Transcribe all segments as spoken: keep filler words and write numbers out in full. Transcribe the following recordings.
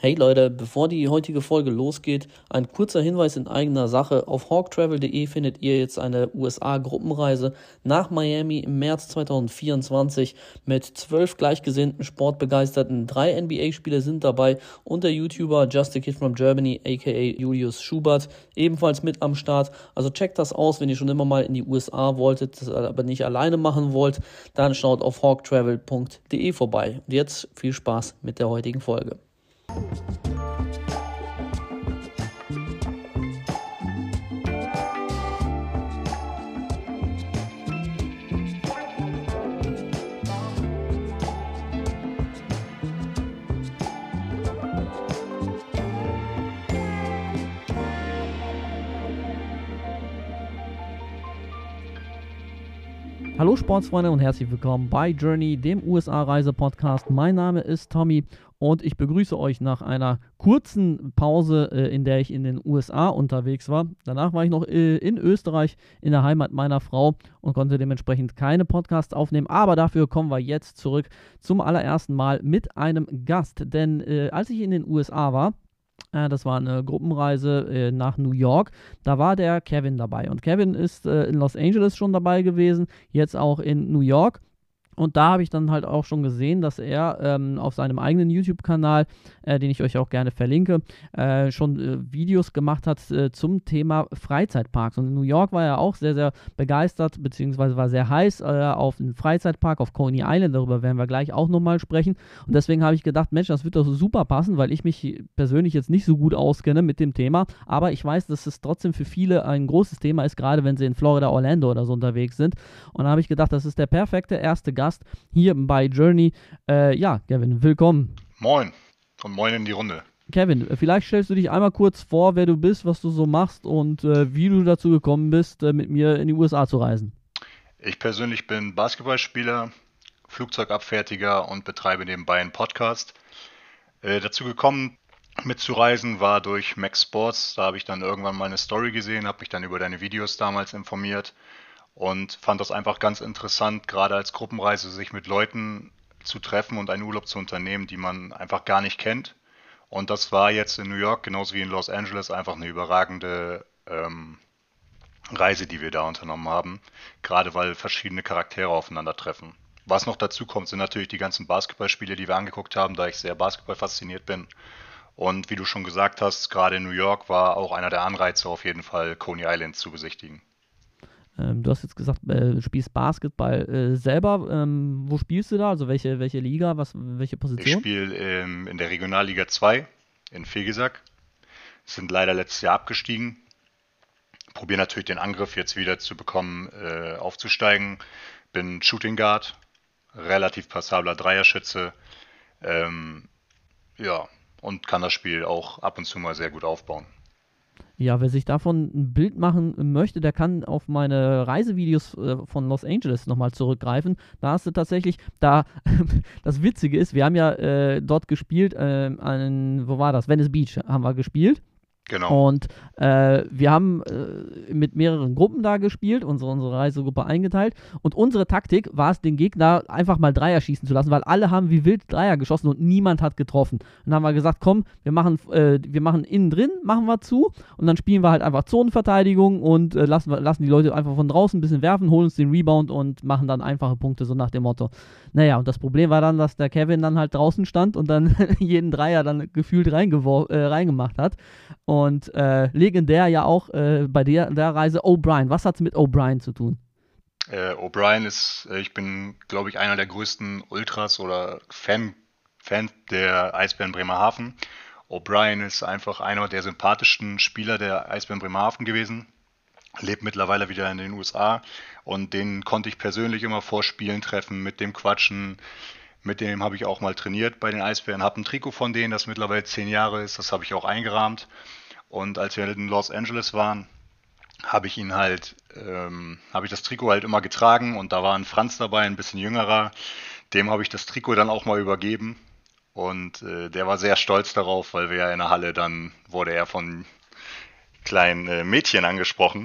Hey Leute, bevor die heutige Folge losgeht, ein kurzer Hinweis in eigener Sache. Auf hawk travel punkt de findet ihr jetzt eine U S A-Gruppenreise nach Miami im März zweitausendvierundzwanzig mit zwölf gleichgesinnten Sportbegeisterten. Drei N B A-Spieler sind dabei und der YouTuber Just a Kid from Germany, aka Julius Schubert, ebenfalls mit am Start. Also checkt das aus, wenn ihr schon immer mal in die U S A wolltet, das aber nicht alleine machen wollt, dann schaut auf hawk travel punkt de vorbei. Und jetzt viel Spaß mit der heutigen Folge. Hallo Sportsfreunde und herzlich willkommen bei Journey, dem U S A-Reise-Podcast. Mein Name ist Tommy und ich begrüße euch nach einer kurzen Pause, äh, in der ich in den U S A unterwegs war. Danach war ich noch äh, in Österreich, in der Heimat meiner Frau und konnte dementsprechend keine Podcasts aufnehmen. Aber dafür kommen wir jetzt zurück zum allerersten Mal mit einem Gast. Denn äh, als ich in den U S A war, das war eine Gruppenreise äh, nach New York. Da war der Kevin dabei. Und Kevin ist äh, in Los Angeles schon dabei gewesen, jetzt auch in New York. Und da habe ich dann halt auch schon gesehen, dass er ähm, auf seinem eigenen YouTube-Kanal, äh, den ich euch auch gerne verlinke, äh, schon äh, Videos gemacht hat äh, zum Thema Freizeitparks. Und in New York war er auch sehr, sehr begeistert, beziehungsweise war sehr heiß äh, auf den Freizeitpark, auf Coney Island. Darüber werden wir gleich auch nochmal sprechen. Und deswegen habe ich gedacht, Mensch, das wird doch so super passen, weil ich mich persönlich jetzt nicht so gut auskenne mit dem Thema. Aber ich weiß, dass es trotzdem für viele ein großes Thema ist, gerade wenn sie in Florida, Orlando oder so unterwegs sind. Und da habe ich gedacht, das ist der perfekte erste Gast hier bei Journey. Äh, ja, Kevin, willkommen. Moin und moin in die Runde. Kevin, vielleicht stellst du dich einmal kurz vor, wer du bist, was du so machst und äh, wie du dazu gekommen bist, äh, mit mir in die U S A zu reisen. Ich persönlich bin Basketballspieler, Flugzeugabfertiger und betreibe nebenbei einen Podcast. Äh, dazu gekommen mitzureisen war durch Max Sports. Da habe ich dann irgendwann mal eine Story gesehen, habe mich dann über deine Videos damals informiert und fand das einfach ganz interessant, gerade als Gruppenreise sich mit Leuten zu treffen und einen Urlaub zu unternehmen, die man einfach gar nicht kennt. Und das war jetzt in New York, genauso wie in Los Angeles, einfach eine überragende ähm, Reise, die wir da unternommen haben, gerade weil verschiedene Charaktere aufeinandertreffen. Was noch dazu kommt, sind natürlich die ganzen Basketballspiele, die wir angeguckt haben, da ich sehr Basketball fasziniert bin. Und wie du schon gesagt hast, gerade in New York war auch einer der Anreize auf jeden Fall, Coney Island zu besichtigen. Ähm, du hast jetzt gesagt, äh, du spielst Basketball äh, selber. Ähm, wo spielst du da? Also welche, welche Liga, was, welche Position? Ich spiele ähm, in der Regionalliga zwei in Vegesack. Sind leider letztes Jahr abgestiegen. Probiere natürlich den Angriff jetzt wieder zu bekommen, äh, aufzusteigen. Bin Shooting Guard, relativ passabler Dreierschütze. Ähm, ja, und kann das Spiel auch ab und zu mal sehr gut aufbauen. Ja, wer sich davon ein Bild machen möchte, der kann auf meine Reisevideos äh, von Los Angeles nochmal zurückgreifen. Da hast du tatsächlich, da, das Witzige ist, wir haben ja äh, dort gespielt, äh, an, wo war das? Venice Beach haben wir gespielt. Genau. Und äh, wir haben äh, mit mehreren Gruppen da gespielt, unsere, unsere Reisegruppe eingeteilt. Und unsere Taktik war es, den Gegner einfach mal Dreier schießen zu lassen, weil alle haben wie wild Dreier geschossen und niemand hat getroffen. Und dann haben wir gesagt, komm, wir machen, äh, wir machen innen drin, machen wir zu und dann spielen wir halt einfach Zonenverteidigung und äh, lassen, lassen die Leute einfach von draußen ein bisschen werfen, holen uns den Rebound und machen dann einfache Punkte, so nach dem Motto. Naja, und das Problem war dann, dass der Kevin dann halt draußen stand und dann jeden Dreier dann gefühlt reingewor- äh, reingemacht hat. Und äh, legendär ja auch äh, bei der, der Reise O'Brien. Was hat es mit O'Brien zu tun? Äh, O'Brien ist, äh, ich bin, glaube ich, einer der größten Ultras oder Fan, Fan der Eisbären Bremerhaven. O'Brien ist einfach einer der sympathischsten Spieler der Eisbären Bremerhaven gewesen. Lebt mittlerweile wieder in den U S A und den konnte ich persönlich immer vor Spielen treffen, mit dem quatschen. Mit dem habe ich auch mal trainiert bei den Eisbären, habe ein Trikot von denen, das mittlerweile zehn Jahre ist, das habe ich auch eingerahmt. Und als wir in Los Angeles waren, habe ich ihn halt, ähm, habe ich das Trikot halt immer getragen und da war ein Franz dabei, ein bisschen jüngerer. Dem habe ich das Trikot dann auch mal übergeben und äh, der war sehr stolz darauf, weil wir ja in der Halle dann wurde er von kleinen äh, Mädchen angesprochen,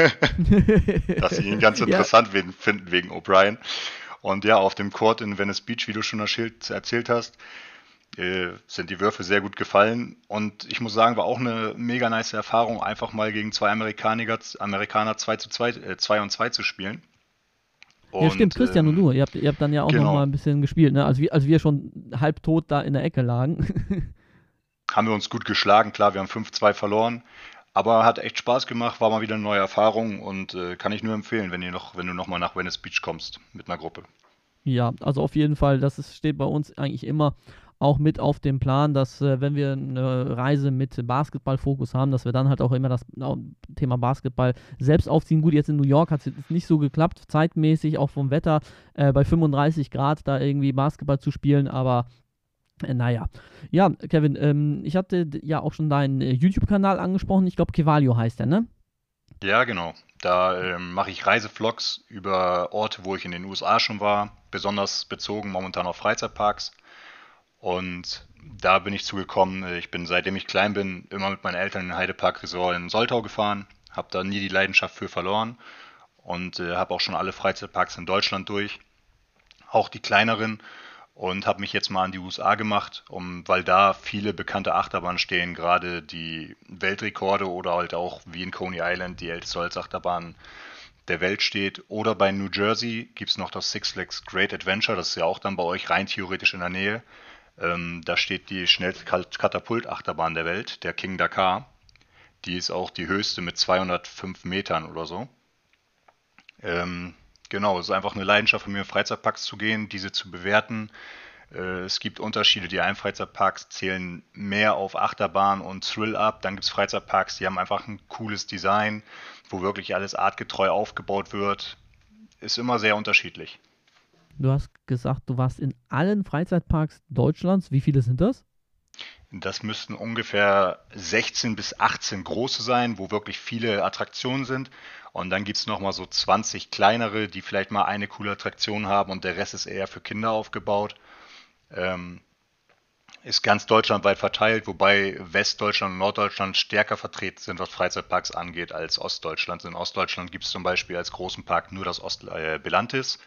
dass sie ihn ganz interessant ja. finden wegen O'Brien. Und ja, auf dem Court in Venice Beach, wie du schon erzählt, erzählt hast, äh, sind die Würfe sehr gut gefallen. Und ich muss sagen, war auch eine mega nice Erfahrung, einfach mal gegen zwei Amerikaner, Amerikaner zwei zu zwei, äh, zwei und zwei zu spielen. Ja, stimmt, Und Christian und ähm, du, ihr habt, ihr habt dann ja auch noch mal genau, ein bisschen gespielt, ne? Als wir, als wir schon halbtot da in der Ecke lagen. haben wir uns gut geschlagen. Klar, wir haben fünf zwei verloren. Aber hat echt Spaß gemacht, war mal wieder eine neue Erfahrung und äh, kann ich nur empfehlen, wenn ihr noch, wenn du nochmal nach Venice Beach kommst mit einer Gruppe. Ja, also auf jeden Fall, das ist, steht bei uns eigentlich immer auch mit auf dem Plan, dass äh, wenn wir eine Reise mit Basketballfokus haben, dass wir dann halt auch immer das äh, Thema Basketball selbst aufziehen. Gut, jetzt in New York hat es jetzt nicht so geklappt, zeitmäßig, auch vom Wetter, äh, bei fünfunddreißig Grad da irgendwie Basketball zu spielen, aber äh, naja. Ja, Kevin, ähm, ich hatte d- ja auch schon deinen äh, YouTube-Kanal angesprochen, ich glaube Kevalio heißt der, ne? Ja, genau. Da ähm, mache ich Reisevlogs über Orte, wo ich in den U S A schon war, besonders bezogen momentan auf Freizeitparks. Und da bin ich zugekommen. äh, Ich bin, seitdem ich klein bin, immer mit meinen Eltern in den Heidepark Resort in Soltau gefahren, habe da nie die Leidenschaft für verloren und äh, habe auch schon alle Freizeitparks in Deutschland durch, auch die kleineren, und habe mich jetzt mal an die U S A gemacht, um, weil da viele bekannte Achterbahnen stehen, gerade die Weltrekorde oder halt auch wie in Coney Island die älteste Holzachterbahn der Welt steht. Oder bei New Jersey gibt es noch das Six Flags Great Adventure, das ist ja auch dann bei euch rein theoretisch in der Nähe. Ähm, da steht die schnellste Kat- Katapultachterbahn der Welt, der King Dakar. Die ist auch die höchste mit zweihundertfünf Metern oder so. Ähm, genau, es ist einfach eine Leidenschaft von mir, in Freizeitparks zu gehen, diese zu bewerten. Äh, es gibt Unterschiede. Die einen Freizeitparks zählen mehr auf Achterbahn und Thrill ab. Dann gibt es Freizeitparks, die haben einfach ein cooles Design, wo wirklich alles artgetreu aufgebaut wird. Ist immer sehr unterschiedlich. Du hast gesagt, du warst in allen Freizeitparks Deutschlands. Wie viele sind das? Das müssten ungefähr sechzehn bis achtzehn große sein, wo wirklich viele Attraktionen sind. Und dann gibt es nochmal so zwanzig kleinere, die vielleicht mal eine coole Attraktion haben und der Rest ist eher für Kinder aufgebaut. Ähm, Ist ganz deutschlandweit verteilt, wobei Westdeutschland und Norddeutschland stärker vertreten sind, was Freizeitparks angeht, als Ostdeutschland. In Ostdeutschland gibt es zum Beispiel als großen Park nur das Ost äh, Belantis.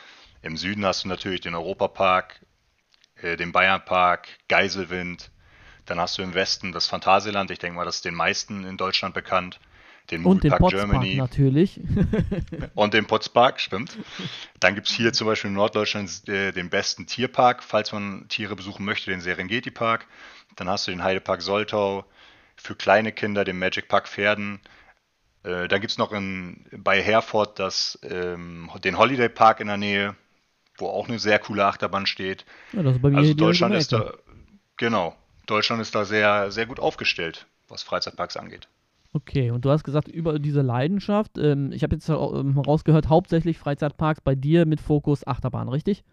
Im Süden hast du natürlich den Europapark, äh, den Bayernpark, Geiselwind. Dann hast du im Westen das Phantasialand. Ich denke mal, das ist den meisten in Deutschland bekannt. Den Und den Moviepark Potspark Germany natürlich. und den Potspark, stimmt. Dann gibt es hier zum Beispiel in Norddeutschland äh, den besten Tierpark, falls man Tiere besuchen möchte, den Serengeti-Park. Dann hast du den Heidepark Soltau, für kleine Kinder den Magic Park Pferden. Äh, dann gibt es noch in, bei Herford das, ähm, den Holiday Park in der Nähe, wo auch eine sehr coole Achterbahn steht. Ja, das ist bei mir Also hier direkt um Deutschland die ist Ecke. da, genau, Deutschland ist da sehr, sehr gut aufgestellt, was Freizeitparks angeht. Okay, und du hast gesagt, über diese Leidenschaft, ähm, ich habe jetzt ähm, rausgehört, hauptsächlich Freizeitparks bei dir mit Fokus Achterbahn, richtig?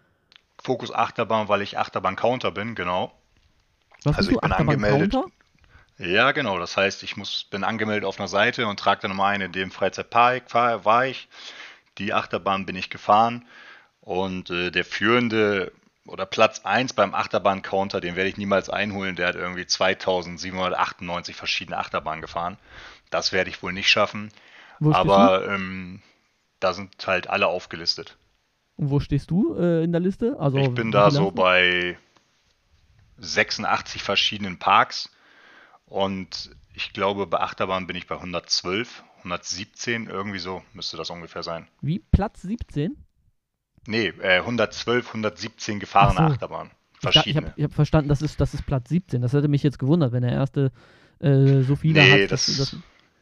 Fokus Achterbahn, weil ich Achterbahn-Counter bin, genau. Was bist Also du, ich bin angemeldet. Achterbahn-Counter? Ja, genau. Das heißt, ich muss, bin angemeldet auf einer Seite und trage dann immer ein, in dem Freizeitpark war, war ich. Die Achterbahn bin ich gefahren. Und äh, der führende oder Platz eins beim Achterbahn-Counter, den werde ich niemals einholen. Der hat irgendwie zweitausendsiebenhundertachtundneunzig verschiedene Achterbahnen gefahren. Das werde ich wohl nicht schaffen. Wo stehst du? Aber ähm, da sind halt alle aufgelistet. Und wo stehst du äh, in der Liste? Ich Also, bin wie da viele so hast du? bei sechsundachtzig verschiedenen Parks. Und ich glaube, bei Achterbahn bin ich bei hundertzwölf, hundertsiebzehn, irgendwie so müsste das ungefähr sein. Wie? Platz siebzehn? Nee, äh, hundertzwölf, hundertsiebzehn Ach gefahrene so. Achterbahn. Ich, da- ich habe Verschiedene. ich hab verstanden, das ist, das ist Platz siebzehn. Das hätte mich jetzt gewundert, wenn der erste äh, so viele Nee, hat. Dass, dass, das,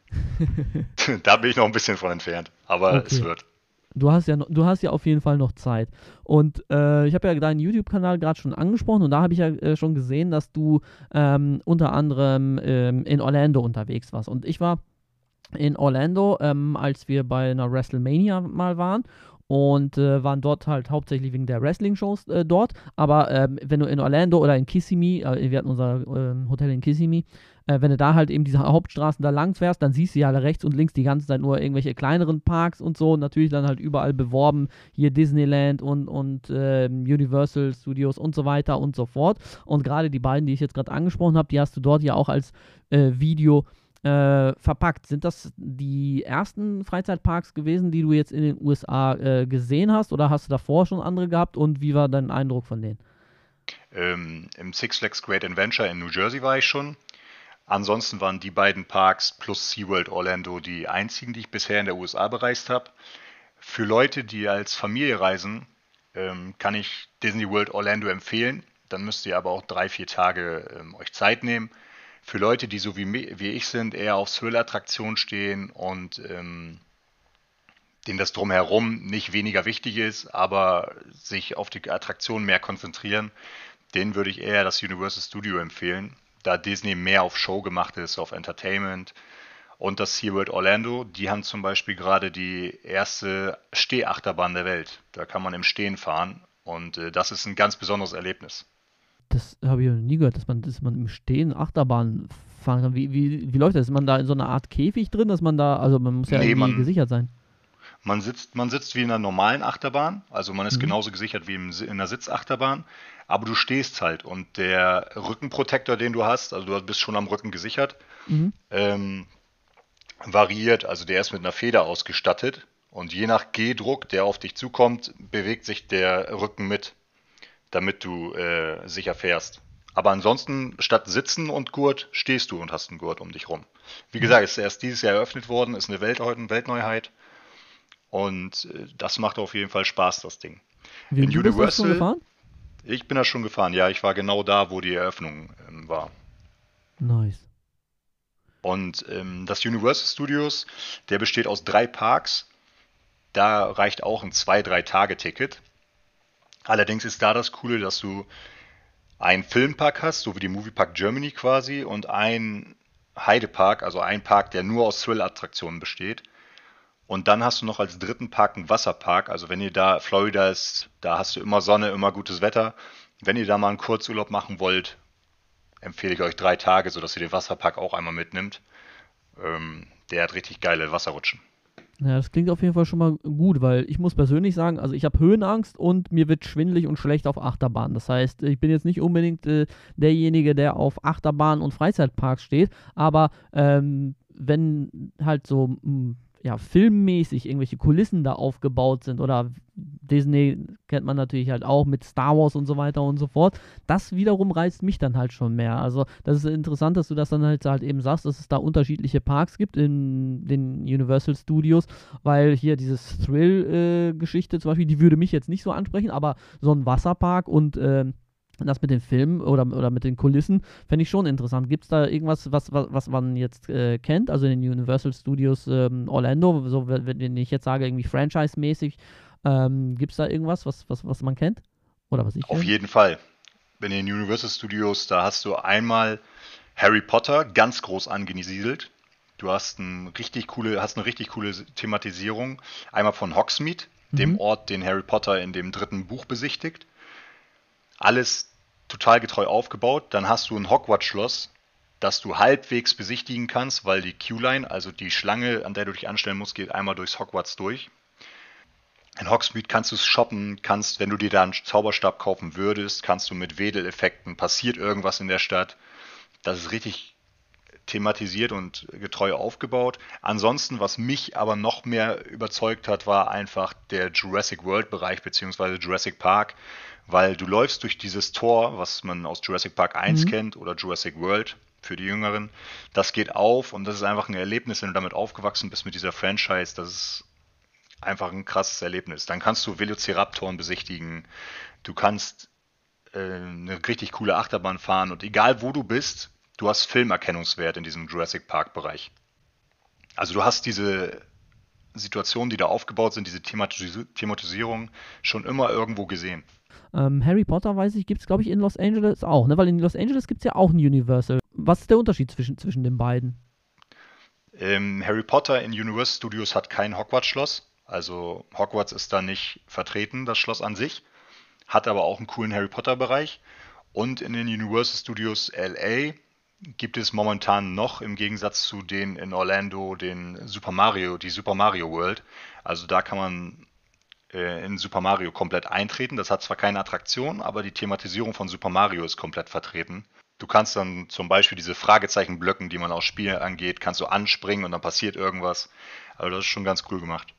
da bin ich noch ein bisschen von entfernt. Aber es okay. wird. Du hast ja, noch- du hast ja auf jeden Fall noch Zeit. Und äh, ich habe ja deinen YouTube-Kanal gerade schon angesprochen und da habe ich ja äh, schon gesehen, dass du ähm, unter anderem ähm, in Orlando unterwegs warst. Und ich war in Orlando, ähm, als wir bei einer WrestleMania mal waren und äh, waren dort halt hauptsächlich wegen der Wrestling-Shows äh, dort. Aber ähm, wenn du in Orlando oder in Kissimmee, äh, wir hatten unser ähm, Hotel in Kissimmee, äh, wenn du da halt eben diese Hauptstraßen da lang fährst, dann siehst du ja alle rechts und links die ganze Zeit nur irgendwelche kleineren Parks und so. Und natürlich dann halt überall beworben, hier Disneyland und, und ähm, Universal Studios und so weiter und so fort. Und gerade die beiden, die ich jetzt gerade angesprochen habe, die hast du dort ja auch als äh, Video äh, verpackt. Sind das die ersten Freizeitparks gewesen, die du jetzt in den U S A äh, gesehen hast oder hast du davor schon andere gehabt und wie war dein Eindruck von denen? Ähm, Im Six Flags Great Adventure in New Jersey war ich schon. Ansonsten waren die beiden Parks plus SeaWorld Orlando die einzigen, die ich bisher in der U S A bereist habe. Für Leute, die als Familie reisen, ähm, kann ich Disney World Orlando empfehlen. Dann müsst ihr aber auch drei, vier Tage ähm, euch Zeit nehmen. Für Leute, die so wie, mi- wie ich sind, eher auf Thrill-Attraktionen stehen und ähm, denen das drumherum nicht weniger wichtig ist, aber sich auf die Attraktion mehr konzentrieren, denen würde ich eher das Universal Studio empfehlen, da Disney mehr auf Show gemacht ist, auf Entertainment. Und das SeaWorld Orlando, die haben zum Beispiel gerade die erste Stehachterbahn der Welt. Da kann man im Stehen fahren und äh, das ist ein ganz besonderes Erlebnis. Das habe ich noch nie gehört, dass man, dass man im Stehen Achterbahn fahren kann. Wie, wie, wie läuft das? Ist man da in so einer Art Käfig drin, dass man da, also man muss ja Nee, irgendwie man, gesichert sein. man sitzt, man sitzt wie in einer normalen Achterbahn, also man ist Mhm. genauso gesichert wie im, in einer Sitzachterbahn, aber du stehst halt und der Rückenprotektor, den du hast, also du bist schon am Rücken gesichert, Mhm. ähm, variiert. Also der ist mit einer Feder ausgestattet und je nach G-Druck, der auf dich zukommt, bewegt sich der Rücken mit, damit du äh, sicher fährst. Aber ansonsten, statt Sitzen und Gurt, stehst du und hast einen Gurt um dich rum. Wie Mhm. gesagt, ist erst dieses Jahr eröffnet worden, ist eine Welt, eine Weltneuheit und äh, das macht auf jeden Fall Spaß, das Ding. Wie, In du bist das schon Universal, gefahren? ich bin da schon gefahren, ja, ich war genau da, wo die Eröffnung ähm, war. Nice. Und ähm, das Universal Studios, der besteht aus drei Parks. Da reicht auch ein zwei drei Tage Ticket. Allerdings ist da das Coole, dass du einen Filmpark hast, so wie die Moviepark Germany quasi, und einen Heidepark, also einen Park, der nur aus Thrill-Attraktionen besteht. Und dann hast du noch als dritten Park einen Wasserpark. Also wenn ihr da, Florida ist, da hast du immer Sonne, immer gutes Wetter. Wenn ihr da mal einen Kurzurlaub machen wollt, empfehle ich euch drei Tage, sodass ihr den Wasserpark auch einmal mitnimmt. Ähm, der hat richtig geile Wasserrutschen. Ja, das klingt auf jeden Fall schon mal gut, weil ich muss persönlich sagen, also ich habe Höhenangst und mir wird schwindelig und schlecht auf Achterbahn. Das heißt, ich bin jetzt nicht unbedingt äh, derjenige, der auf Achterbahn und Freizeitparks steht, aber ähm, wenn halt so mh, ja, filmmäßig irgendwelche Kulissen da aufgebaut sind oder Disney kennt man natürlich halt auch mit Star Wars und so weiter und so fort, das wiederum reizt mich dann halt schon mehr. Also das ist interessant, dass du das dann halt, halt eben sagst, dass es da unterschiedliche Parks gibt in den Universal Studios, weil hier dieses Thrill-Geschichte äh, zum Beispiel, die würde mich jetzt nicht so ansprechen, aber so ein Wasserpark und ähm, das mit den Filmen oder, oder mit den Kulissen fände ich schon interessant. Gibt es da irgendwas, was, was, was man jetzt äh, kennt, also in den Universal Studios ähm, Orlando, so wenn wenn ich jetzt sage, irgendwie franchise-mäßig, ähm, gibt es da irgendwas, was, was, was man kennt? Oder was ich Auf kenne? jeden Fall. Wenn ihr in Universal Studios, da hast du einmal Harry Potter ganz groß angesiedelt. Du hast, ein richtig coole, hast eine richtig coole Thematisierung. Einmal von Hogsmeade, dem Mhm. Ort, den Harry Potter in dem dritten Buch besichtigt. Alles total getreu aufgebaut. Dann hast du ein Hogwarts-Schloss, das du halbwegs besichtigen kannst, weil die Queue-Line, also die Schlange, an der du dich anstellen musst, geht einmal durchs Hogwarts durch. In Hogsmeade kannst du es shoppen, kannst, wenn du dir da einen Zauberstab kaufen würdest, kannst du mit Wedeleffekten, passiert irgendwas in der Stadt. Das ist richtig thematisiert und getreu aufgebaut. Ansonsten, was mich aber noch mehr überzeugt hat, war einfach der Jurassic World Bereich beziehungsweise Jurassic Park, weil du läufst durch dieses Tor, was man aus Jurassic Park eins Mhm. kennt oder Jurassic World für die Jüngeren. Das geht auf und das ist einfach ein Erlebnis, wenn du damit aufgewachsen bist mit dieser Franchise. Das ist einfach ein krasses Erlebnis. Dann kannst du Velociraptoren besichtigen, du kannst äh, eine richtig coole Achterbahn fahren und egal wo du bist, du hast Filmerkennungswert in diesem Jurassic Park Bereich. Also du hast diese Situationen, die da aufgebaut sind, diese Thematis Thematisierung schon immer irgendwo gesehen. Ähm, Harry Potter, weiß ich, gibt es, glaube ich, in Los Angeles auch, ne? Weil in Los Angeles gibt es ja auch ein Universal. Was ist der Unterschied zwischen, zwischen den beiden? Ähm, Harry Potter in Universal Studios hat kein Hogwarts-Schloss. Also Hogwarts ist da nicht vertreten, das Schloss an sich. Hat aber auch einen coolen Harry Potter-Bereich. Und in den Universal Studios L A gibt es momentan noch im Gegensatz zu den in Orlando den Super Mario, die Super Mario World. Also da kann man äh, in Super Mario komplett eintreten. Das hat zwar keine Attraktion, aber die Thematisierung von Super Mario ist komplett vertreten. Du kannst dann zum Beispiel diese Fragezeichenblöcken, die man aus Spielen angeht, kannst du anspringen und dann passiert irgendwas. Also das ist schon ganz cool gemacht.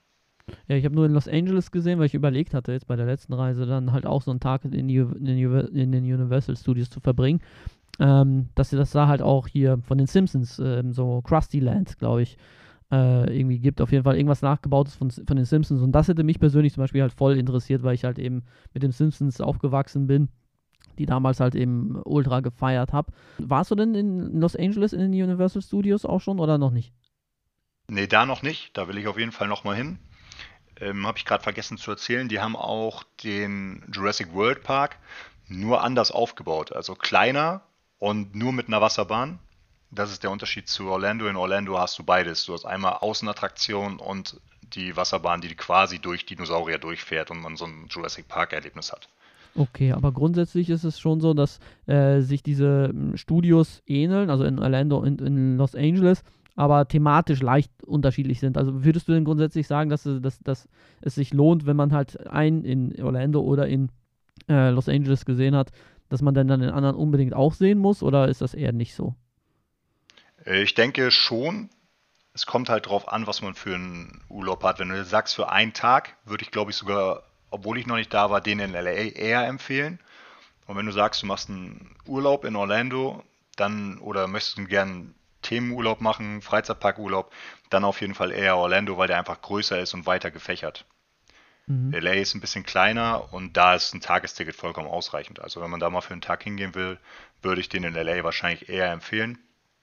Ja, ich habe nur in Los Angeles gesehen, weil ich überlegt hatte, jetzt bei der letzten Reise dann halt auch so einen Tag in, die, in, den, in den Universal Studios zu verbringen. Ähm, dass das da halt auch hier von den Simpsons, ähm, so Krusty Land, glaube ich, äh, irgendwie gibt. Auf jeden Fall irgendwas nachgebautes von, von den Simpsons. Und das hätte mich persönlich zum Beispiel halt voll interessiert, weil ich halt eben mit den Simpsons aufgewachsen bin, die damals halt eben ultra gefeiert habe. Warst du denn in Los Angeles in den Universal Studios auch schon oder noch nicht? Nee, da noch nicht. Da will ich auf jeden Fall nochmal hin. Ähm, habe ich gerade vergessen zu erzählen. Die haben auch den Jurassic World Park nur anders aufgebaut. Also kleiner und nur mit einer Wasserbahn. Das ist der Unterschied zu Orlando. In Orlando hast du beides. Du hast einmal Außenattraktion und die Wasserbahn, die quasi durch Dinosaurier durchfährt und man so ein Jurassic Park-Erlebnis hat. Okay, aber grundsätzlich ist es schon so, dass äh, sich diese m, Studios ähneln, also in Orlando und in Los Angeles, aber thematisch leicht unterschiedlich sind. Also würdest du denn grundsätzlich sagen, dass, es- dass, dass es sich lohnt, wenn man halt einen in Orlando oder in äh, Los Angeles gesehen hat, dass man dann, dann den anderen unbedingt auch sehen muss, oder ist das eher nicht so? Äh, Ich denke schon, es kommt halt drauf an, was man für einen Urlaub hat. Wenn du jetzt sagst, für einen Tag, würde ich glaube ich sogar, obwohl ich noch nicht da war, den in L A eher empfehlen. Und wenn du sagst, du machst einen Urlaub in Orlando, dann oder möchtest du gern Themenurlaub machen, Freizeitparkurlaub, dann auf jeden Fall eher Orlando, weil der einfach größer ist und weiter gefächert. Mhm. L A ist ein bisschen kleiner und da ist ein Tagesticket vollkommen ausreichend. Also wenn man da mal für einen Tag hingehen will, würde ich den in L A wahrscheinlich eher empfehlen.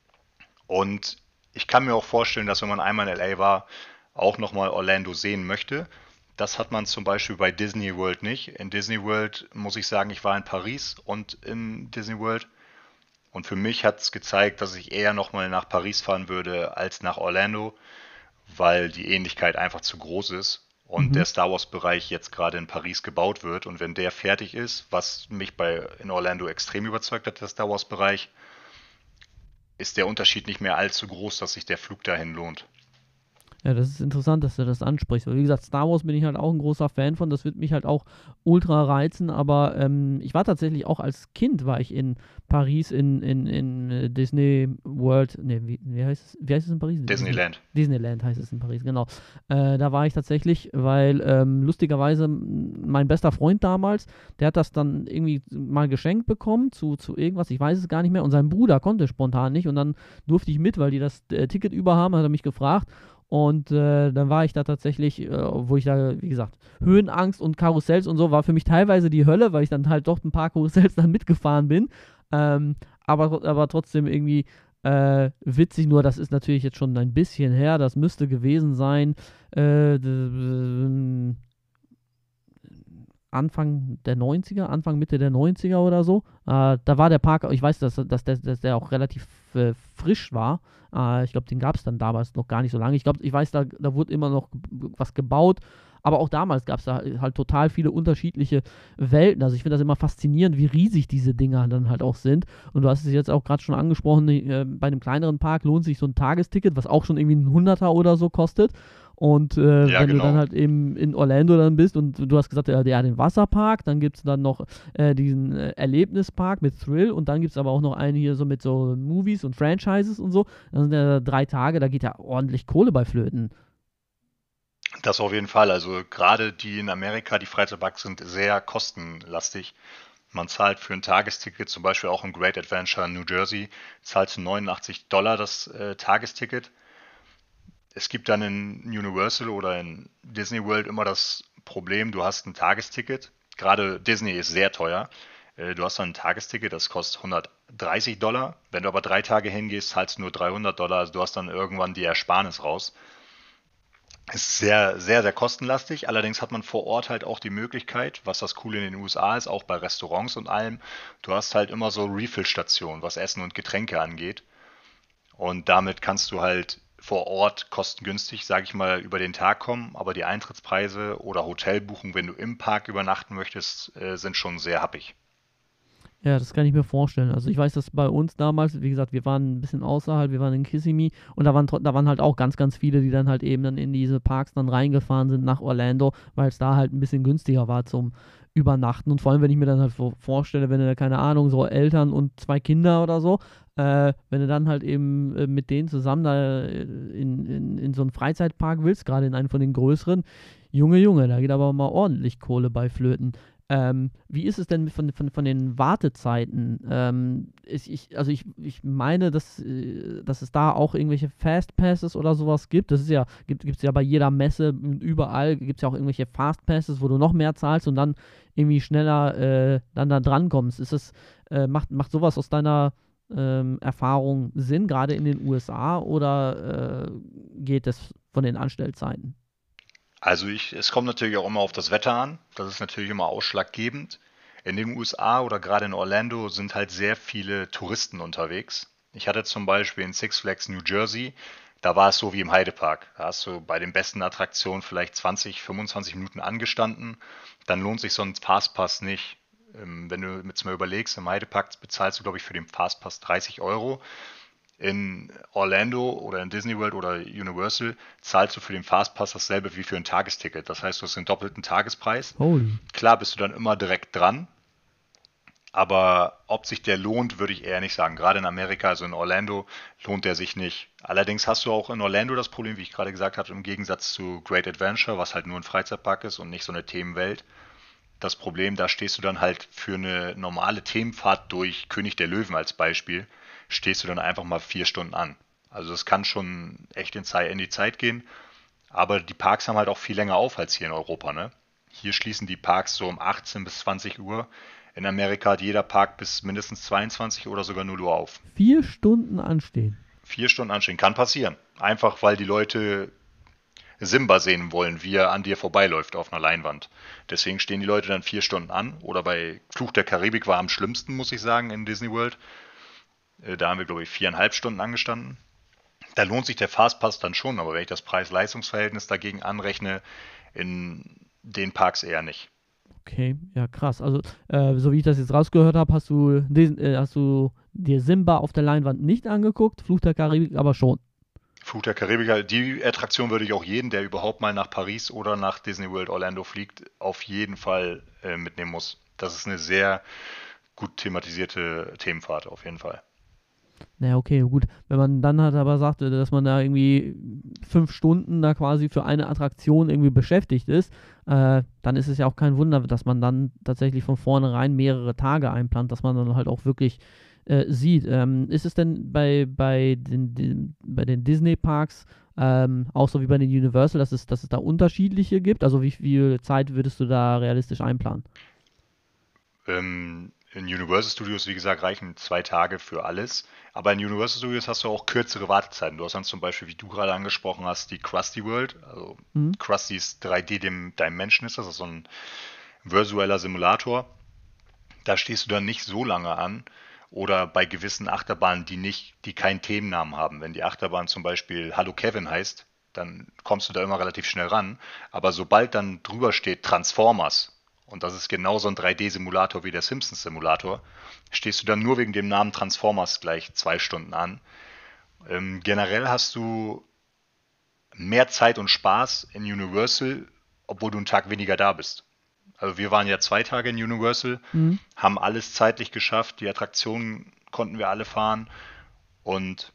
Und ich kann mir auch vorstellen, dass wenn man einmal in L A war, auch nochmal Orlando sehen möchte. Das hat man zum Beispiel bei Disney World nicht. In Disney World muss ich sagen, ich war in Paris und in Disney World. Und für mich hat es gezeigt, dass ich eher nochmal nach Paris fahren würde als nach Orlando, weil die Ähnlichkeit einfach zu groß ist und Mhm. der Star Wars-Bereich jetzt gerade in Paris gebaut wird. Und wenn der fertig ist, was mich bei in Orlando extrem überzeugt hat, der Star Wars-Bereich, ist der Unterschied nicht mehr allzu groß, dass sich der Flug dahin lohnt. Ja, das ist interessant, dass du das ansprichst. Weil, wie gesagt, Star Wars bin ich halt auch ein großer Fan von. Das wird mich halt auch ultra reizen. Aber ähm, ich war tatsächlich auch als Kind, war ich in Paris in, in, in äh, Disney World. Ne, wie, wie heißt es? Wie heißt es in Paris? Disney, Disneyland. Disneyland heißt es in Paris, genau. Äh, da war ich tatsächlich, weil ähm, lustigerweise m, mein bester Freund damals, der hat das dann irgendwie mal geschenkt bekommen zu, zu irgendwas, ich weiß es gar nicht mehr. Und sein Bruder konnte spontan nicht. Und dann durfte ich mit, weil die das äh, Ticket über haben, hat er mich gefragt. Und äh, dann war ich da tatsächlich, äh, wo ich da, wie gesagt, Höhenangst und Karussells und so war für mich teilweise die Hölle, weil ich dann halt doch ein paar Karussells dann mitgefahren bin. Ähm, aber, aber trotzdem irgendwie äh, witzig, nur das ist natürlich jetzt schon ein bisschen her. Das müsste gewesen sein. Äh, d- Anfang der neunziger, Anfang Mitte der neunziger oder so. Äh, da war der Park, ich weiß, dass, dass, der, dass der auch relativ äh, frisch war. Äh, ich glaube, den gab es dann damals noch gar nicht so lange. Ich glaube, ich weiß, da, da wurde immer noch was gebaut. Aber auch damals gab es da halt total viele unterschiedliche Welten. Also ich finde das immer faszinierend, wie riesig diese Dinger dann halt auch sind. Und du hast es jetzt auch gerade schon angesprochen, äh, bei einem kleineren Park lohnt sich so ein Tagesticket, was auch schon irgendwie ein Hunderter oder so kostet. Und äh, Ja, wenn du dann genau. halt eben in Orlando dann bist und du hast gesagt, ja, ja den Wasserpark, dann gibt es dann noch äh, diesen äh, Erlebnispark mit Thrill und dann gibt es aber auch noch einen hier so mit so Movies und Franchises und so. Das sind ja drei Tage, da geht ja ordentlich Kohle bei Flöten. Das auf jeden Fall. Also gerade die in Amerika, die Freizeitparks sind sehr kostenlastig. Man zahlt für ein Tagesticket, zum Beispiel auch im Great Adventure in New Jersey, zahlst du neunundachtzig Dollar das äh, Tagesticket. Es gibt dann in Universal oder in Disney World immer das Problem, du hast ein Tagesticket. Gerade Disney ist sehr teuer. Äh, Du hast dann ein Tagesticket, das kostet hundertdreißig Dollar. Wenn du aber drei Tage hingehst, zahlst du nur dreihundert Dollar. Also du hast dann irgendwann die Ersparnis raus. Ist sehr, sehr, sehr kostenlastig. Allerdings hat man vor Ort halt auch die Möglichkeit, was das Coole in den U S A ist, auch bei Restaurants und allem. Du hast halt immer so Refill-Stationen, was Essen und Getränke angeht. Und damit kannst du halt vor Ort kostengünstig, sage ich mal, über den Tag kommen. Aber die Eintrittspreise oder Hotelbuchungen, wenn du im Park übernachten möchtest, äh, sind schon sehr happig. Ja, das kann ich mir vorstellen. Also ich weiß, dass bei uns damals, wie gesagt, wir waren ein bisschen außerhalb, wir waren in Kissimmee und da waren, tro- da waren halt auch ganz, ganz viele, die dann halt eben dann in diese Parks dann reingefahren sind nach Orlando, weil es da halt ein bisschen günstiger war zum Übernachten. Und vor allem, wenn ich mir dann halt so vorstelle, wenn du da, keine Ahnung, so Eltern und zwei Kinder oder so, äh, wenn du dann halt eben äh, mit denen zusammen da äh, in, in, in so einen Freizeitpark willst, gerade in einen von den größeren, Junge, Junge, da geht aber mal ordentlich Kohle bei flöten. Ähm, wie ist es denn von, von, von den Wartezeiten? Ähm, ist ich, also ich, ich meine, dass, äh, dass es da auch irgendwelche Fastpasses oder sowas gibt. Das ist ja, gibt es ja bei jeder Messe und überall gibt es ja auch irgendwelche Fastpasses, wo du noch mehr zahlst und dann irgendwie schneller äh, dann da dran kommst. Ist es, äh, macht, macht sowas aus deiner ähm, Erfahrung Sinn, gerade in den U S A, oder äh, geht es von den Anstellzeiten? Also ich, es kommt natürlich auch immer auf das Wetter an. Das ist natürlich immer ausschlaggebend. In den U S A oder gerade in Orlando sind halt sehr viele Touristen unterwegs. Ich hatte zum Beispiel in Six Flags New Jersey, da war es so wie im Heidepark. Da hast du bei den besten Attraktionen vielleicht zwanzig, fünfundzwanzig Minuten angestanden. Dann lohnt sich so ein Fastpass nicht. Ähm, Wenn du jetzt mal überlegst, im Heidepark bezahlst du, glaube ich, für den Fastpass dreißig Euro. In Orlando oder in Disney World oder Universal zahlst du für den Fastpass dasselbe wie für ein Tagesticket. Das heißt, du hast den doppelten Tagespreis. Holy. Klar bist du dann immer direkt dran, aber ob sich der lohnt, würde ich eher nicht sagen. Gerade in Amerika, also in Orlando, lohnt der sich nicht. Allerdings hast du auch in Orlando das Problem, wie ich gerade gesagt habe, im Gegensatz zu Great Adventure, was halt nur ein Freizeitpark ist und nicht so eine Themenwelt. Das Problem, da stehst du dann halt für eine normale Themenfahrt durch König der Löwen als Beispiel, stehst du dann einfach mal vier Stunden an. Also das kann schon echt in Zei- in die Zeit gehen, aber die Parks haben halt auch viel länger auf als hier in Europa, ne? Hier schließen die Parks so um achtzehn bis zwanzig Uhr. In Amerika hat jeder Park bis mindestens zweiundzwanzig oder sogar null Uhr auf. Vier Stunden anstehen. Vier Stunden anstehen kann passieren. Einfach weil die Leute Simba sehen wollen, wie er an dir vorbeiläuft auf einer Leinwand. Deswegen stehen die Leute dann vier Stunden an. Oder bei Fluch der Karibik war am schlimmsten, muss ich sagen, in Disney World. Äh, Da haben wir, glaube ich, viereinhalb Stunden angestanden. Da lohnt sich der Fastpass dann schon, aber wenn ich das Preis-Leistungs-Verhältnis dagegen anrechne, in den Parks eher nicht. Okay, ja krass. Also, äh, so wie ich das jetzt rausgehört habe, hast du, diesen, äh, hast du dir Simba auf der Leinwand nicht angeguckt, Fluch der Karibik aber schon. Fluch der Karibik, die Attraktion würde ich auch jeden, der überhaupt mal nach Paris oder nach Disney World Orlando fliegt, auf jeden Fall äh, mitnehmen muss. Das ist eine sehr gut thematisierte Themenfahrt, auf jeden Fall. Naja, okay, gut. Wenn man dann halt aber sagt, äh, dass man da irgendwie fünf Stunden da quasi für eine Attraktion irgendwie beschäftigt ist, äh, dann ist es ja auch kein Wunder, dass man dann tatsächlich von vornherein mehrere Tage einplant, dass man dann halt auch wirklich äh, sieht. Ähm, ist es denn bei, bei den, den, bei den Disney-Parks ähm, auch so wie bei den Universal, dass es, dass es da unterschiedliche gibt? Also wie viel Zeit würdest du da realistisch einplanen? Ähm, in Universal Studios, wie gesagt, reichen zwei Tage für alles. Aber in Universal Studios hast du auch kürzere Wartezeiten. Du hast dann zum Beispiel, wie du gerade angesprochen hast, die Krusty World. Also Hm? Krustys drei D Dimension ist das, das ist so ein virtueller Simulator. Da stehst du dann nicht so lange an. Oder bei gewissen Achterbahnen, die nicht, die keinen Themennamen haben. Wenn die Achterbahn zum Beispiel Hallo Kevin heißt, dann kommst du da immer relativ schnell ran. Aber sobald dann drüber steht Transformers, und das ist genauso ein drei D-Simulator wie der Simpsons-Simulator, stehst du dann nur wegen dem Namen Transformers gleich zwei Stunden an. Ähm, generell hast du mehr Zeit und Spaß in Universal, obwohl du einen Tag weniger da bist. Also wir waren ja zwei Tage in Universal, Hm? haben alles zeitlich geschafft, die Attraktionen konnten wir alle fahren und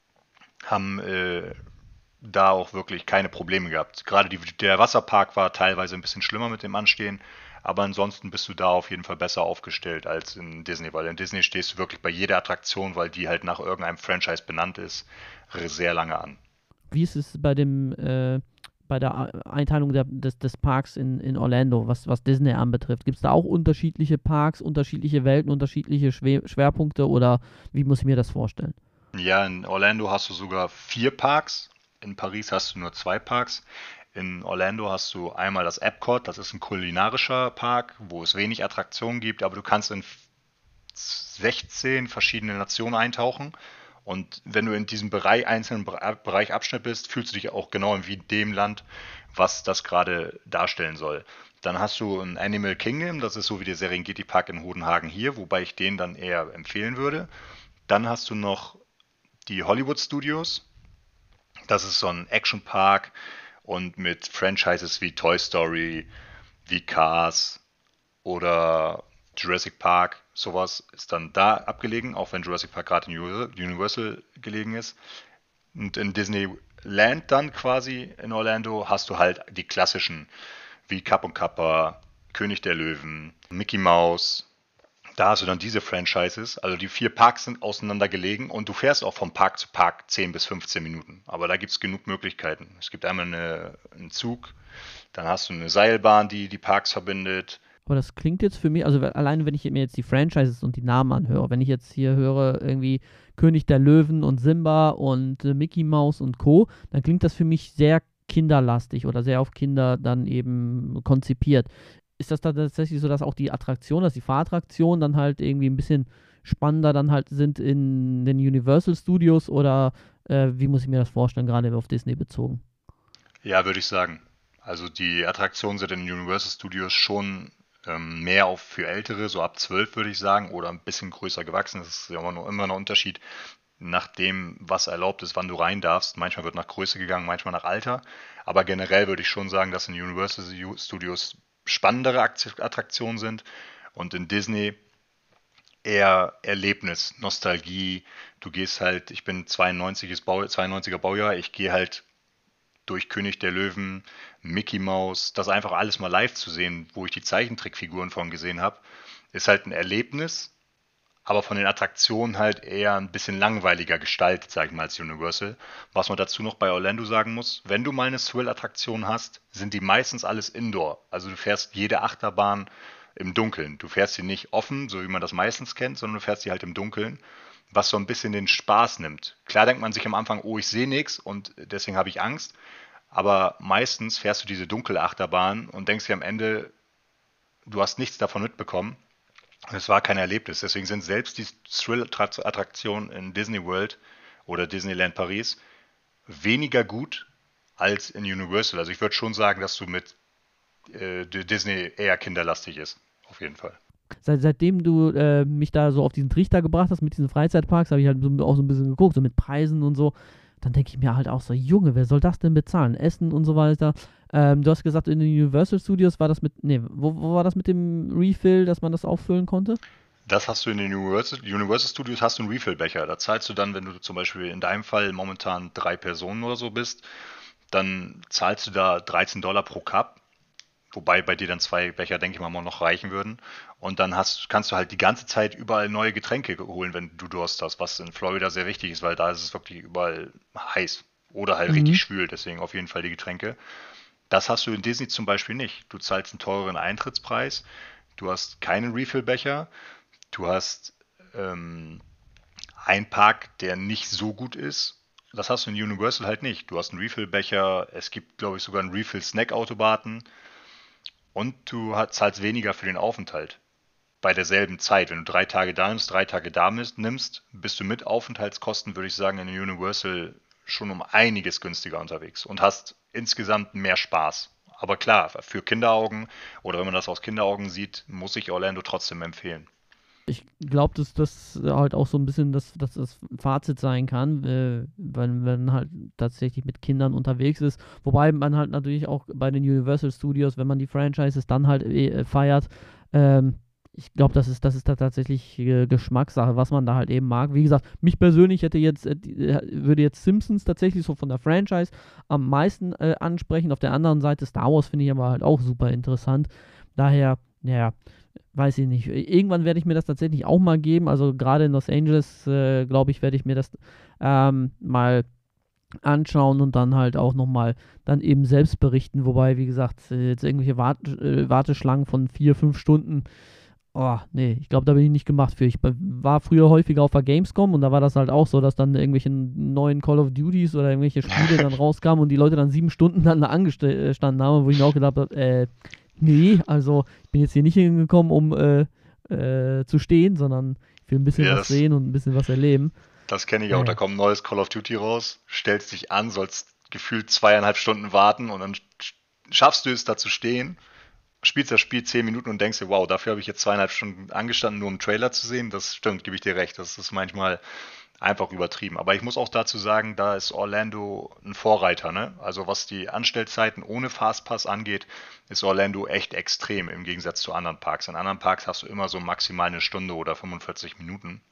haben äh, da auch wirklich keine Probleme gehabt. Gerade die, der Wasserpark war teilweise ein bisschen schlimmer mit dem Anstehen, aber ansonsten bist du da auf jeden Fall besser aufgestellt als in Disney, weil in Disney stehst du wirklich bei jeder Attraktion, weil die halt nach irgendeinem Franchise benannt ist, sehr lange an. Wie ist es bei dem, äh, bei der A- Einteilung der, des, des Parks in, in Orlando, was, was Disney anbetrifft? Gibt es da auch unterschiedliche Parks, unterschiedliche Welten, unterschiedliche Schwer Schwerpunkte oder wie muss ich mir das vorstellen? Ja, in Orlando hast du sogar vier Parks. In Paris hast du nur zwei Parks. In Orlando hast du einmal das Epcot, das ist ein kulinarischer Park, wo es wenig Attraktionen gibt, aber du kannst in sechzehn verschiedene Nationen eintauchen. Und wenn du in diesem Bereich, einzelnen Bereich Abschnitt bist, fühlst du dich auch genau wie in dem Land, was das gerade darstellen soll. Dann hast du ein Animal Kingdom, das ist so wie der Serengeti Park in Hodenhagen hier, wobei ich den dann eher empfehlen würde. Dann hast du noch die Hollywood Studios. Das ist so ein Action-Park und mit Franchises wie Toy Story, wie Cars oder Jurassic Park. Sowas ist dann da abgelegen, auch wenn Jurassic Park gerade in Universal gelegen ist. Und in Disney Land dann quasi in Orlando hast du halt die klassischen, wie Kapp und Kappa, König der Löwen, Mickey Mouse. Da hast du dann diese Franchises, also die vier Parks sind auseinander gelegen und du fährst auch vom Park zu Park zehn bis fünfzehn Minuten. Aber da gibt es genug Möglichkeiten. Es gibt einmal eine, einen Zug, dann hast du eine Seilbahn, die die Parks verbindet. Aber das klingt jetzt für mich, also alleine wenn ich mir jetzt die Franchises und die Namen anhöre, wenn ich jetzt hier höre, irgendwie König der Löwen und Simba und äh, Mickey Mouse und Co., dann klingt das für mich sehr kinderlastig oder sehr auf Kinder dann eben konzipiert. Ist das dann tatsächlich so, dass auch die Attraktion, dass die Fahrattraktionen dann halt irgendwie ein bisschen spannender dann halt sind in den Universal Studios oder äh, wie muss ich mir das vorstellen, gerade auf Disney bezogen? Ja, würde ich sagen. Also die Attraktionen sind in Universal Studios schon ähm, mehr auf für Ältere, so ab zwölf würde ich sagen, oder ein bisschen größer gewachsen. Das ist ja immer noch immer ein Unterschied nach dem, was erlaubt ist, wann du rein darfst. Manchmal wird nach Größe gegangen, manchmal nach Alter. Aber generell würde ich schon sagen, dass in Universal Studios spannendere Attraktionen sind und in Disney eher Erlebnis, Nostalgie. Du gehst halt, ich bin zweiundneunziger Bau, zweiundneunziger Baujahr, ich gehe halt durch König der Löwen, Mickey Mouse, das einfach alles mal live zu sehen, wo ich die Zeichentrickfiguren von gesehen habe, ist halt ein Erlebnis, aber von den Attraktionen halt eher ein bisschen langweiliger gestaltet, sag ich mal, als Universal. Was man dazu noch bei Orlando sagen muss, wenn du mal eine Thrill-Attraktion hast, sind die meistens alles Indoor. Also du fährst jede Achterbahn im Dunkeln. Du fährst sie nicht offen, so wie man das meistens kennt, sondern du fährst sie halt im Dunkeln, was so ein bisschen den Spaß nimmt. Klar denkt man sich am Anfang, oh, ich sehe nichts und deswegen habe ich Angst, aber meistens fährst du diese dunkle Achterbahn und denkst dir am Ende, du hast nichts davon mitbekommen. Es war kein Erlebnis. Deswegen sind selbst die Thrill-Attraktionen in Disney World oder Disneyland Paris weniger gut als in Universal. Also ich würde schon sagen, dass du mit äh, Disney eher kinderlastig ist. Auf jeden Fall. Seit, seitdem du äh, mich da so auf diesen Trichter gebracht hast mit diesen Freizeitparks, habe ich halt so, auch so ein bisschen geguckt, so mit Preisen und so. Dann denke ich mir halt auch so, Junge, wer soll das denn bezahlen? Essen und so weiter. Ähm, du hast gesagt, in den Universal Studios war das mit, nee, wo, wo war das mit dem Refill, dass man das auffüllen konnte? Das hast du in den Universal, Universal Studios, hast du einen Refill-Becher. Da zahlst du dann, wenn du zum Beispiel in deinem Fall momentan drei Personen oder so bist, dann zahlst du da dreizehn Dollar pro Cup. Wobei bei dir dann zwei Becher, denke ich mal, noch reichen würden. Und dann hast, kannst du halt die ganze Zeit überall neue Getränke holen, wenn du Durst hast, was in Florida sehr wichtig ist, weil da ist es wirklich überall heiß oder halt richtig Mhm. schwül, deswegen auf jeden Fall die Getränke. Das hast du in Disney zum Beispiel nicht. Du zahlst einen teureren Eintrittspreis, du hast keinen Refill-Becher, du hast ähm, einen Park, der nicht so gut ist. Das hast du in Universal halt nicht. Du hast einen Refill-Becher, es gibt, glaube ich, sogar einen Refill-Snack-Automaten. Und du zahlst weniger für den Aufenthalt. Bei derselben Zeit. Wenn du drei Tage da nimmst, drei Tage da nimmst, bist du mit Aufenthaltskosten, würde ich sagen, in Universal schon um einiges günstiger unterwegs und hast insgesamt mehr Spaß. Aber klar, für Kinderaugen oder wenn man das aus Kinderaugen sieht, muss ich Orlando trotzdem empfehlen. Ich glaube, dass das halt auch so ein bisschen das, das, das Fazit sein kann, äh, wenn man halt tatsächlich mit Kindern unterwegs ist. Wobei man halt natürlich auch bei den Universal Studios, wenn man die Franchises dann halt äh, feiert, ähm, ich glaube, das ist, das ist da tatsächlich äh, Geschmackssache, was man da halt eben mag. Wie gesagt, mich persönlich hätte jetzt, äh, würde jetzt Simpsons tatsächlich so von der Franchise am meisten äh, ansprechen. Auf der anderen Seite Star Wars finde ich aber halt auch super interessant. Daher, naja, weiß ich nicht. Irgendwann werde ich mir das tatsächlich auch mal geben. Also gerade in Los Angeles, äh, glaube ich, werde ich mir das ähm, mal anschauen und dann halt auch nochmal dann eben selbst berichten. Wobei, wie gesagt, äh, jetzt irgendwelche Wart äh, Warteschlangen von vier, fünf Stunden, oh, nee, ich glaube, da bin ich nicht gemacht für. Ich war früher häufiger auf der Gamescom und da war das halt auch so, dass dann irgendwelche neuen Call of Duties oder irgendwelche Spiele dann rauskamen und die Leute dann sieben Stunden dann da angestanden haben, wo ich mir auch gedacht habe, äh, nee, also ich bin jetzt hier nicht hingekommen, um äh, äh, zu stehen, sondern ich will ein bisschen Ja, was das, sehen und ein bisschen was erleben. das kenne ich auch. Da Naja. kommt ein neues Call of Duty raus, stellst dich an, sollst gefühlt zweieinhalb Stunden warten und dann schaffst du es da zu stehen, spielst das Spiel zehn Minuten und denkst dir, wow, dafür habe ich jetzt zweieinhalb Stunden angestanden, nur um einen Trailer zu sehen. Das stimmt, gebe ich dir recht. Das ist manchmal einfach übertrieben. Aber ich muss auch dazu sagen, da ist Orlando ein Vorreiter, ne? Also was die Anstellzeiten ohne Fastpass angeht, ist Orlando echt extrem im Gegensatz zu anderen Parks. In anderen Parks hast du immer so maximal eine Stunde oder fünfundvierzig Minuten.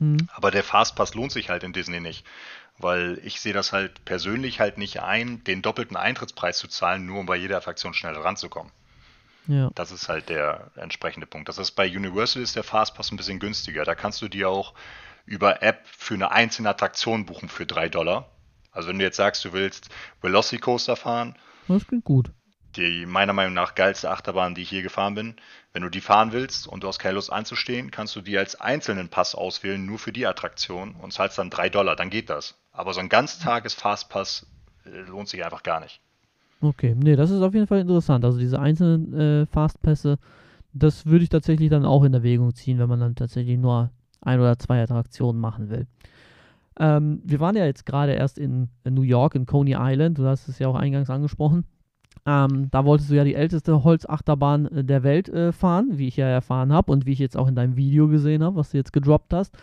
Hm. Aber der Fastpass lohnt sich halt in Disney nicht, weil ich sehe das halt persönlich halt nicht ein, den doppelten Eintrittspreis zu zahlen, nur um bei jeder Attraktion schneller ranzukommen. Ja. Das ist halt der entsprechende Punkt. Das ist bei Universal ist der Fastpass ein bisschen günstiger. Da kannst du dir auch über App für eine einzelne Attraktion buchen für drei Dollar. Also wenn du jetzt sagst, du willst Velocicoaster fahren, Das klingt gut. die meiner Meinung nach geilste Achterbahn, die ich je gefahren bin, wenn du die fahren willst und du hast keine Lust anzustehen, kannst du die als einzelnen Pass auswählen, nur für die Attraktion und zahlst dann drei Dollar, dann geht das. Aber so ein Ganztages-Fastpass äh, lohnt sich einfach gar nicht. Okay, nee, das ist auf jeden Fall interessant. Also diese einzelnen äh, Fastpässe, das würde ich tatsächlich dann auch in Erwägung ziehen, wenn man dann tatsächlich nur ein oder zwei Attraktionen machen will. Ähm, wir waren ja jetzt gerade erst in, in New York, in Coney Island, du hast es ja auch eingangs angesprochen. Ähm, da wolltest du ja die älteste Holzachterbahn äh, der Welt äh, fahren, wie ich ja erfahren habe und wie ich jetzt auch in deinem Video gesehen habe, was du jetzt gedroppt hast.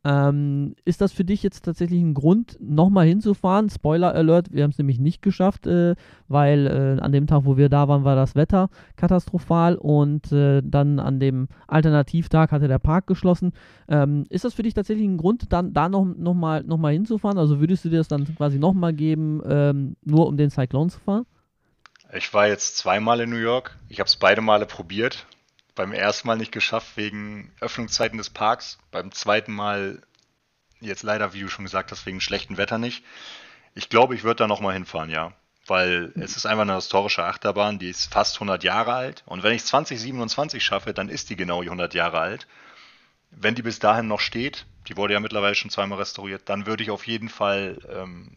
Ähm, ist das für dich jetzt tatsächlich ein Grund, nochmal hinzufahren? Spoiler Alert, wir haben es nämlich nicht geschafft, äh, weil äh, an dem Tag, wo wir da waren, war das Wetter katastrophal und äh, dann an dem Alternativtag hatte der Park geschlossen. Ähm, ist das für dich tatsächlich ein Grund, dann da noch, noch, mal, noch mal hinzufahren? Also würdest du dir das dann quasi nochmal geben, ähm, nur um den Cyclone zu fahren? Ich war jetzt zweimal in New York. Ich habe es beide Male probiert. Beim ersten Mal nicht geschafft wegen Öffnungszeiten des Parks. Beim zweiten Mal jetzt leider, wie du schon gesagt hast, wegen schlechtem Wetter nicht. Ich glaube, ich würde da nochmal hinfahren, ja. Weil es ist einfach eine historische Achterbahn, die ist fast hundert Jahre alt. Und wenn ich zwanzig siebenundzwanzig schaffe, dann ist die genau hundert Jahre alt. Wenn die bis dahin noch steht, die wurde ja mittlerweile schon zweimal restauriert, dann würde ich auf jeden Fall ähm,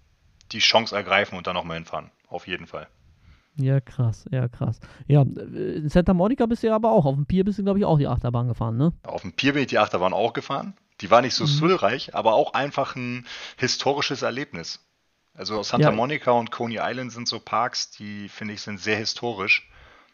die Chance ergreifen und da nochmal hinfahren. Auf jeden Fall. Ja, krass, ja, krass. Ja, äh, in Santa Monica bist du ja aber auch. Auf dem Pier bist du, glaube ich, auch die Achterbahn gefahren, ne? Auf dem Pier bin ich die Achterbahn auch gefahren. Die war nicht so Mhm. thrill-reich, aber auch einfach ein historisches Erlebnis. Also Santa Ja, Monica und Coney Island sind so Parks, die finde ich sind sehr historisch.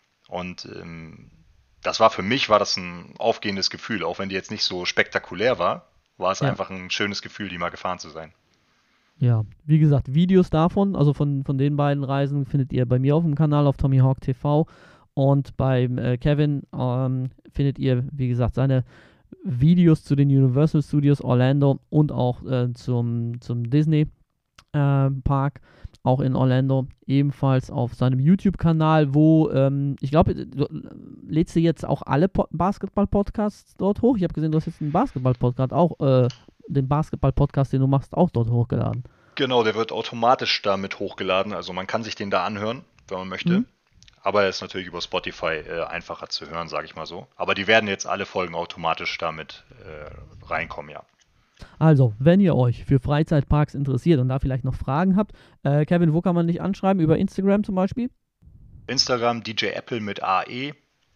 Und ähm, das war für mich war das ein aufgehendes Gefühl, auch wenn die jetzt nicht so spektakulär war, war es ja, einfach ein schönes Gefühl, die mal gefahren zu sein. ja. Wie gesagt, Videos davon, also von, von den beiden Reisen, findet ihr bei mir auf dem Kanal auf Tommy Hawk T V. Und beim äh, Kevin ähm, findet ihr, wie gesagt, seine Videos zu den Universal Studios Orlando und auch äh, zum, zum Disney äh, Park, auch in Orlando, ebenfalls auf seinem YouTube-Kanal, wo ähm, ich glaube, du lädst du jetzt auch alle po Basketball-Podcasts dort hoch. Ich habe gesehen, du hast jetzt einen Basketball-Podcast auch, äh, den Basketball-Podcast, den du machst, auch dort hochgeladen. Genau, der wird automatisch damit hochgeladen, also man kann sich den da anhören, wenn man möchte. Mhm. Aber er ist natürlich über Spotify äh, einfacher zu hören, sage ich mal so. Aber die werden jetzt alle Folgen automatisch damit äh, reinkommen, ja. Also, wenn ihr euch für Freizeitparks interessiert und da vielleicht noch Fragen habt, äh, Kevin, wo kann man dich anschreiben? Über Instagram zum Beispiel? Instagram D J Apple mit A E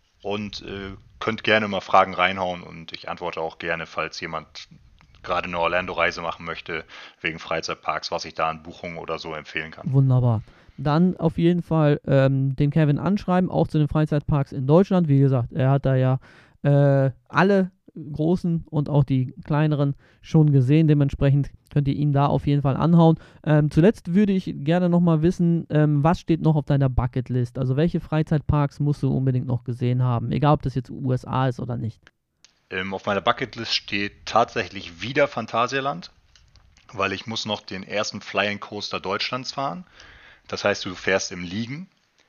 und äh, könnt gerne mal Fragen reinhauen und ich antworte auch gerne, falls jemand gerade eine Orlando-Reise machen möchte, wegen Freizeitparks, was ich da an Buchungen oder so empfehlen kann. Wunderbar. Dann auf jeden Fall ähm, den Kevin anschreiben, auch zu den Freizeitparks in Deutschland. Wie gesagt, er hat da ja äh, alle großen und auch die kleineren schon gesehen. Dementsprechend könnt ihr ihn da auf jeden Fall anhauen. Ähm, zuletzt würde ich gerne nochmal wissen, ähm, was steht noch auf deiner Bucketlist? Also welche Freizeitparks musst du unbedingt noch gesehen haben? Egal, ob das jetzt U S A ist oder nicht. Ähm, auf meiner Bucketlist steht tatsächlich wieder Phantasialand, weil ich muss noch den ersten Flying Coaster Deutschlands fahren. Das heißt, du fährst im Liegen.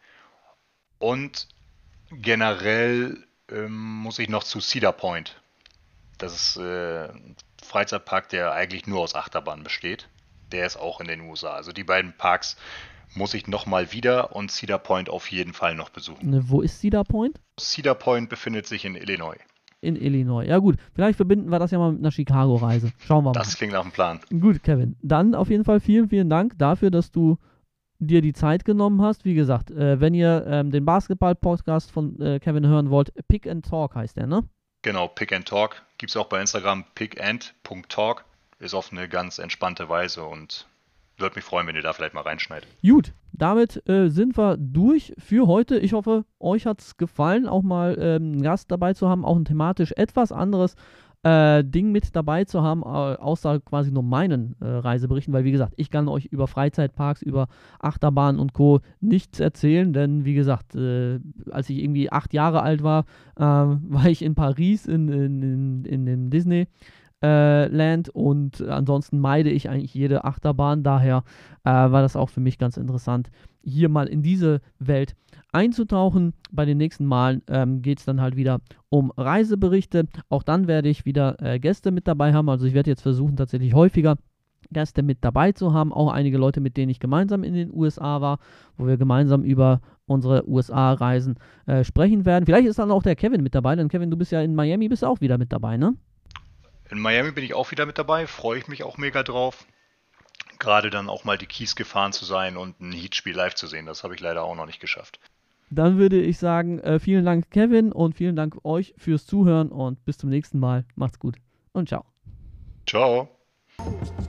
Und generell ähm, muss ich noch zu Cedar Point. Das ist äh, ein Freizeitpark, der eigentlich nur aus Achterbahnen besteht. Der ist auch in den U S A. Also die beiden Parks muss ich nochmal wieder und Cedar Point auf jeden Fall noch besuchen. Ne, wo ist Cedar Point? Cedar Point befindet sich in Illinois. In Illinois. Ja gut, vielleicht verbinden wir das ja mal mit einer Chicago-Reise. Schauen wir mal. Das klingt nach dem Plan. Gut, Kevin. Dann auf jeden Fall vielen, vielen Dank dafür, dass du dir die Zeit genommen hast. Wie gesagt, äh, wenn ihr ähm, den Basketball-Podcast von äh, Kevin hören wollt, Pick and Talk heißt der, ne? Genau, Pick and Talk. Gibt es auch bei Instagram pickand.talk. Ist auf eine ganz entspannte Weise und würde mich freuen, wenn ihr da vielleicht mal reinschneidet. Gut, damit äh, sind wir durch für heute. Ich hoffe, euch hat es gefallen, auch mal ähm, einen Gast dabei zu haben, auch ein thematisch etwas anderes äh, Ding mit dabei zu haben, äh, außer quasi nur meinen äh, Reiseberichten, weil wie gesagt, ich kann euch über Freizeitparks, über Achterbahnen und Co. nichts erzählen, denn wie gesagt, äh, als ich irgendwie acht Jahre alt war, äh, war ich in Paris in, in, in, in dem Disney äh, Land und ansonsten meide ich eigentlich jede Achterbahn. Daher äh, war das auch für mich ganz interessant, hier mal in diese Welt einzutauchen. Bei den nächsten Malen ähm, geht es dann halt wieder um Reiseberichte. Auch dann werde ich wieder äh, Gäste mit dabei haben. Also ich werde jetzt versuchen, tatsächlich häufiger Gäste mit dabei zu haben. Auch einige Leute, mit denen ich gemeinsam in den U S A war, wo wir gemeinsam über unsere U S A-Reisen äh, sprechen werden. Vielleicht ist dann auch der Kevin mit dabei, denn Kevin, du bist ja in Miami, bist auch wieder mit dabei, ne? In Miami bin ich auch wieder mit dabei, freue ich mich auch mega drauf. Gerade dann auch mal die Keys gefahren zu sein und ein Heatspiel live zu sehen, das habe ich leider auch noch nicht geschafft. Dann würde ich sagen, äh, vielen Dank Kevin und vielen Dank euch fürs Zuhören und bis zum nächsten Mal. Macht's gut und ciao. Ciao.